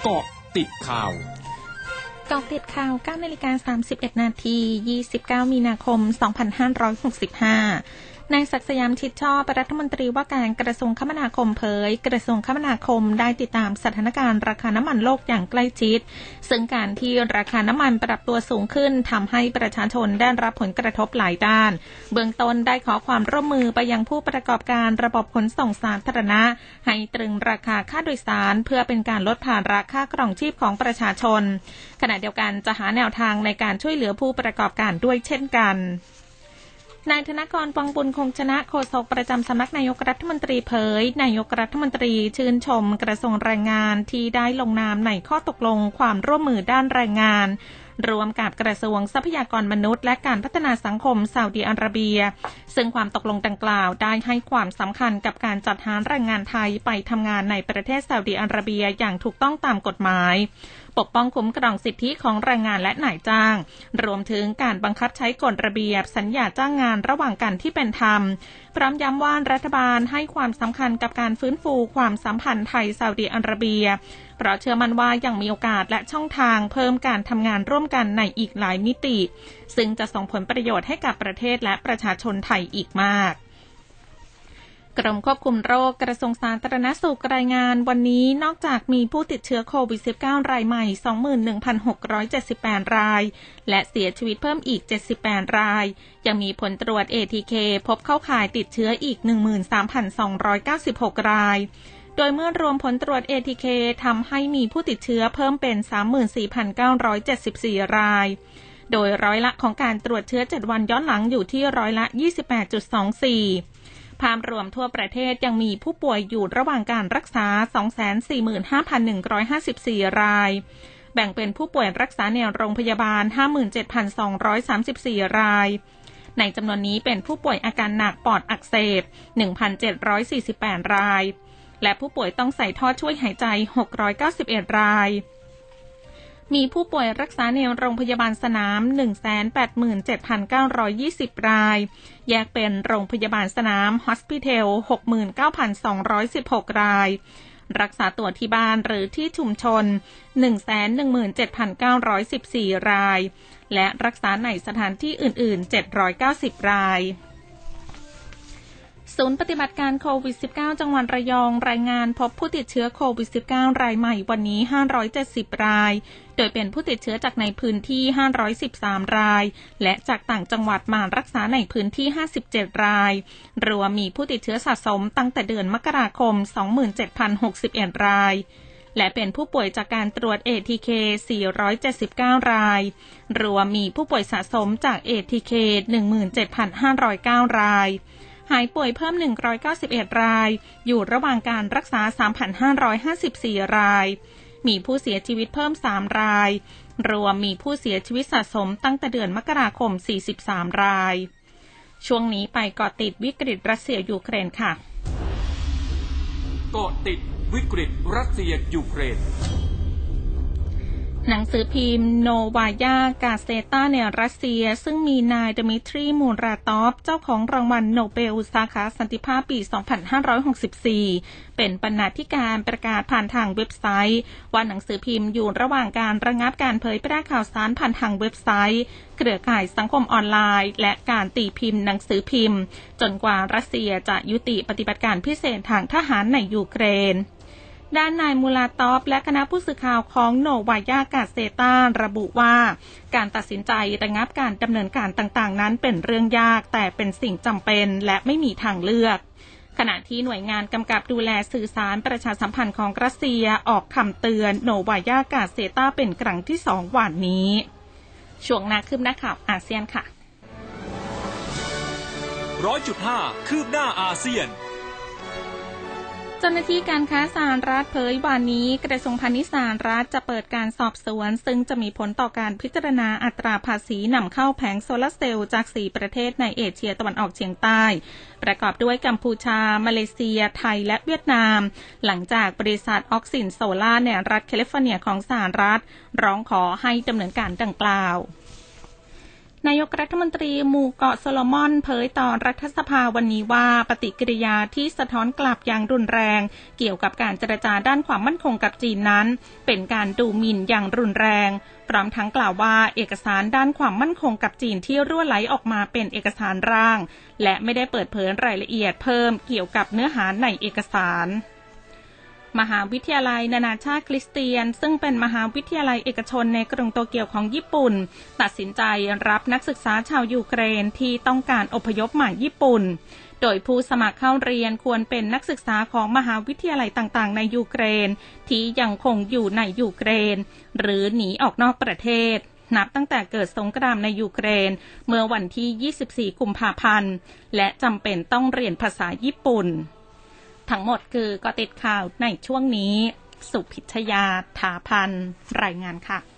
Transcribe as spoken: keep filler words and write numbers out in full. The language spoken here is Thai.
เกาะติดข่าวเกาะติดข่าว เก้านาฬิกาสามสิบเอ็ดนาที ยี่สิบเก้ามีนาคมสองพันห้าร้อยหกสิบห้านายศักดิ์สยามชิดชอบรัฐมนตรีว่าการกระทรวงคมนาคมเผยกระทรวงคมนาคมได้ติดตามสถานการณ์ราคาน้ำมันโลกอย่างใกล้ชิดซึ่งการที่ราคาน้ำมันปรับตัวสูงขึ้นทำให้ประชาชนได้รับผลกระทบหลายด้านเบื้องต้นได้ขอความร่วมมือไปยังผู้ประกอบการระบบขนส่งสาธารณะให้ตรึงราคาค่าโดยสารเพื่อเป็นการลดภาระค่าครองชีพของประชาชนขณะเดียวกันจะหาแนวทางในการช่วยเหลือผู้ประกอบการด้วยเช่นกันนายธนกร วังบุญคงชนะโฆษกประจำสำนักนายกรัฐมนตรีเผยนายกรัฐมนตรีชื่นชมกระทรวงแรงงานที่ได้ลงนามในข้อตกลงความร่วมมือด้านแรงงานรวมกับกระทรวงทรัพยากรมนุษย์และการพัฒนาสังคมซาอุดิอาระเบียซึ่งความตกลงดังกล่าวได้ให้ความสำคัญกับการจัดหาแรงงานไทยไปทำงานในประเทศซาอุดิอาระเบียอย่างถูกต้องตามกฎหมายปกป้องคุ้มครองสิทธิของแรงงานและนายจ้างรวมถึงการบังคับใช้กฎระเบียบสัญญาจ้างงานระหว่างกันที่เป็นธรรมพร้อมย้ำว่ารัฐบาลให้ความสำคัญกับการฟื้นฟูความสัมพันธ์ไทยซาอุดิอาระเบียเพราะเชื่อมั่นว่ายังมีโอกาสและช่องทางเพิ่มการทำงานร่วมกันในอีกหลายมิติซึ่งจะส่งผลประโยชน์ให้กับประเทศและประชาชนไทยอีกมากกรมควบคุมโรคกระทรวงสาธารณสุขรายงานวันนี้นอกจากมีผู้ติดเชื้อโควิด สิบเก้า รายใหม่ สองหมื่นหนึ่งพันหกร้อยเจ็ดสิบแปด รายและเสียชีวิตเพิ่มอีกเจ็ดสิบแปดรายยังมีผลตรวจ เอ ที เค พบเข้าข่ายติดเชื้ออีก หนึ่งหมื่นสามพันสองร้อยเก้าสิบหก รายโดยเมื่อรวมผลตรวจ เอ ที เค ทำให้มีผู้ติดเชื้อเพิ่มเป็น สามหมื่นสี่พันเก้าร้อยเจ็ดสิบสี่ รายโดยร้อยละของการตรวจเชื้อเจ็ดวันย้อนหลังอยู่ที่ร้อยละ ยี่สิบแปดจุดสองสี่ภาพรวมทั่วประเทศยังมีผู้ป่วยอยู่ระหว่างการรักษา สองแสนสี่หมื่นห้าพันหนึ่งร้อยห้าสิบสี่ รายแบ่งเป็นผู้ป่วยรักษาในโรงพยาบาล ห้าหมื่นเจ็ดพันสองร้อยสามสิบสี่ รายในจำนวนนี้เป็นผู้ป่วยอาการหนักปอดอักเสบ หนึ่งพันเจ็ดร้อยสี่สิบแปด รายและผู้ป่วยต้องใส่ท่อช่วยหายใจ หกร้อยเก้าสิบเอ็ด รายมีผู้ป่วยรักษาในโรงพยาบาลสนาม หนึ่งแสนแปดหมื่นเจ็ดพันเก้าร้อยยี่สิบ รายแยกเป็นโรงพยาบาลสนาม Hospital หกหมื่นเก้าพันสองร้อยสิบหก รายรักษาตัวที่บ้านหรือที่ชุมชน หนึ่งแสนหนึ่งหมื่นเจ็ดพันเก้าร้อยสิบสี่ รายและรักษาในสถานที่อื่นๆเจ็ดร้อยเก้าสิบรายศูนย์ปฏิบัติการโควิด สิบเก้า จังหวัดระยองรายงานพบผู้ติดเชื้อโควิด สิบเก้า รายใหม่วันนี้ห้าร้อยเจ็ดสิบรายโดยเป็นผู้ติดเชื้อจากในพื้นที่ห้าร้อยสิบสามรายและจากต่างจังหวัดมารักษาในพื้นที่ห้าสิบเจ็ดรายรวมมีผู้ติดเชื้อสะสมตั้งแต่เดือนมกราคม สองหมื่นเจ็ดพันหกสิบเอ็ด รายและเป็นผู้ป่วยจากการตรวจ เอ ที เค สี่ร้อยเจ็ดสิบเก้ารายรวมมีผู้ป่วยสะสมจาก เอ ที เค หนึ่งหมื่นเจ็ดพันห้าร้อยเก้ารายหายป่วยเพิ่มหนึ่งร้อยเก้าสิบเอ็ดรายอยู่ระหว่างการรักษา สามพันห้าร้อยห้าสิบสี่ รายมีผู้เสียชีวิตเพิ่มสามรายรวมมีผู้เสียชีวิตสะสมตั้งแต่เดือนมกราคมสี่สิบสามรายช่วงนี้ไปเกาะติดวิกฤตรัสเซียยูเครนค่ะเกาะติดวิกฤตรัสเซียยูเครนหนังสือพิมพ์โนวายากาเซตาในรัสเซียซึ่งมีนายดมิทรีมูราตอฟเจ้าของรางวัลโนเบลสาขาสันติภาพปี สองพันห้าร้อยหกสิบสี่ เป็นบรรณาธิการประกาศผ่านทางเว็บไซต์ว่าหนังสือพิมพ์อยู่ระหว่างการระงับการเผยแพร่ข่าวสารผ่านทางเว็บไซต์เครือข่ายสังคมออนไลน์และการตีพิมพ์หนังสือพิมพ์จนกว่ารัสเซียจะยุติปฏิบัติการพิเศษทางทหารในยูเครนด้านนายมูลาตอฟและคณะผู้สื่อข่าวของโนวายากาเซตาระบุว่าการตัดสินใจระงับการดำเนินการต่างๆนั้นเป็นเรื่องยากแต่เป็นสิ่งจำเป็นและไม่มีทางเลือกขณะที่หน่วยงานกำกับดูแลสื่อสารประชาสัมพันธ์ของรัสเซียออกคำเตือนโนวายากาเซตาเป็นครั้งที่สองวันนี้ช่วงหน้าคืบหน้าข่าวอาเซียนค่ะร้อยจุดห้า คืบหน้าอาเซียนเจ้าหน้าที่การค้าสหรัฐเผยวันนี้กระทรวงพาณิชย์สหรัฐจะเปิดการสอบสวนซึ่งจะมีผลต่อการพิจารณาอัตราภาษีนำเข้าแผงโซลาร์เซลล์จากสี่ประเทศในเอเชียตะวันออกเฉียงใต้ประกอบด้วยกัมพูชามาเลเซียไทยและเวียดนามหลังจากบริษัทออกซินโซล่าในรัฐแคลิฟอร์เนียของสหรัฐร้องขอให้ดำเนินการดังกล่าวนายกรัฐมนตรีหมู่เกาะโซโลมอนเผยต่อรัฐสภาวันนี้ว่าปฏิกิริยาที่สะท้อนกลับอย่างรุนแรงเกี่ยวกับการเจรจาด้านความมั่นคงกับจีนนั้นเป็นการดูหมิ่นอย่างรุนแรงพร้อมทั้งกล่าวว่าเอกสารด้านความมั่นคงกับจีนที่รั่วไหลออกมาเป็นเอกสารร่างและไม่ได้เปิดเผยรายละเอียดเพิ่มเกี่ยวกับเนื้อหาในเอกสารมหาวิทยาลัยนานาชาติคริสเตียนซึ่งเป็นมหาวิทยาลัยเอกชนในกรุงโตเกียวของญี่ปุ่นตัดสินใจรับนักศึกษาชาวยูเครนที่ต้องการอพยพมาญี่ปุ่นโดยผู้สมัครเข้าเรียนควรเป็นนักศึกษาของมหาวิทยาลัยต่างๆในยูเครนที่ยังคงอยู่ในยูเครนหรือหนีออกนอกประเทศนับตั้งแต่เกิดสงครามในยูเครนเมื่อวันที่ยี่สิบสี่กุมภาพันธ์และจำเป็นต้องเรียนภาษาญี่ปุ่นทั้งหมดคือก็ติดข่าวในช่วงนี้สุพิชยาถาพันรายงานค่ะ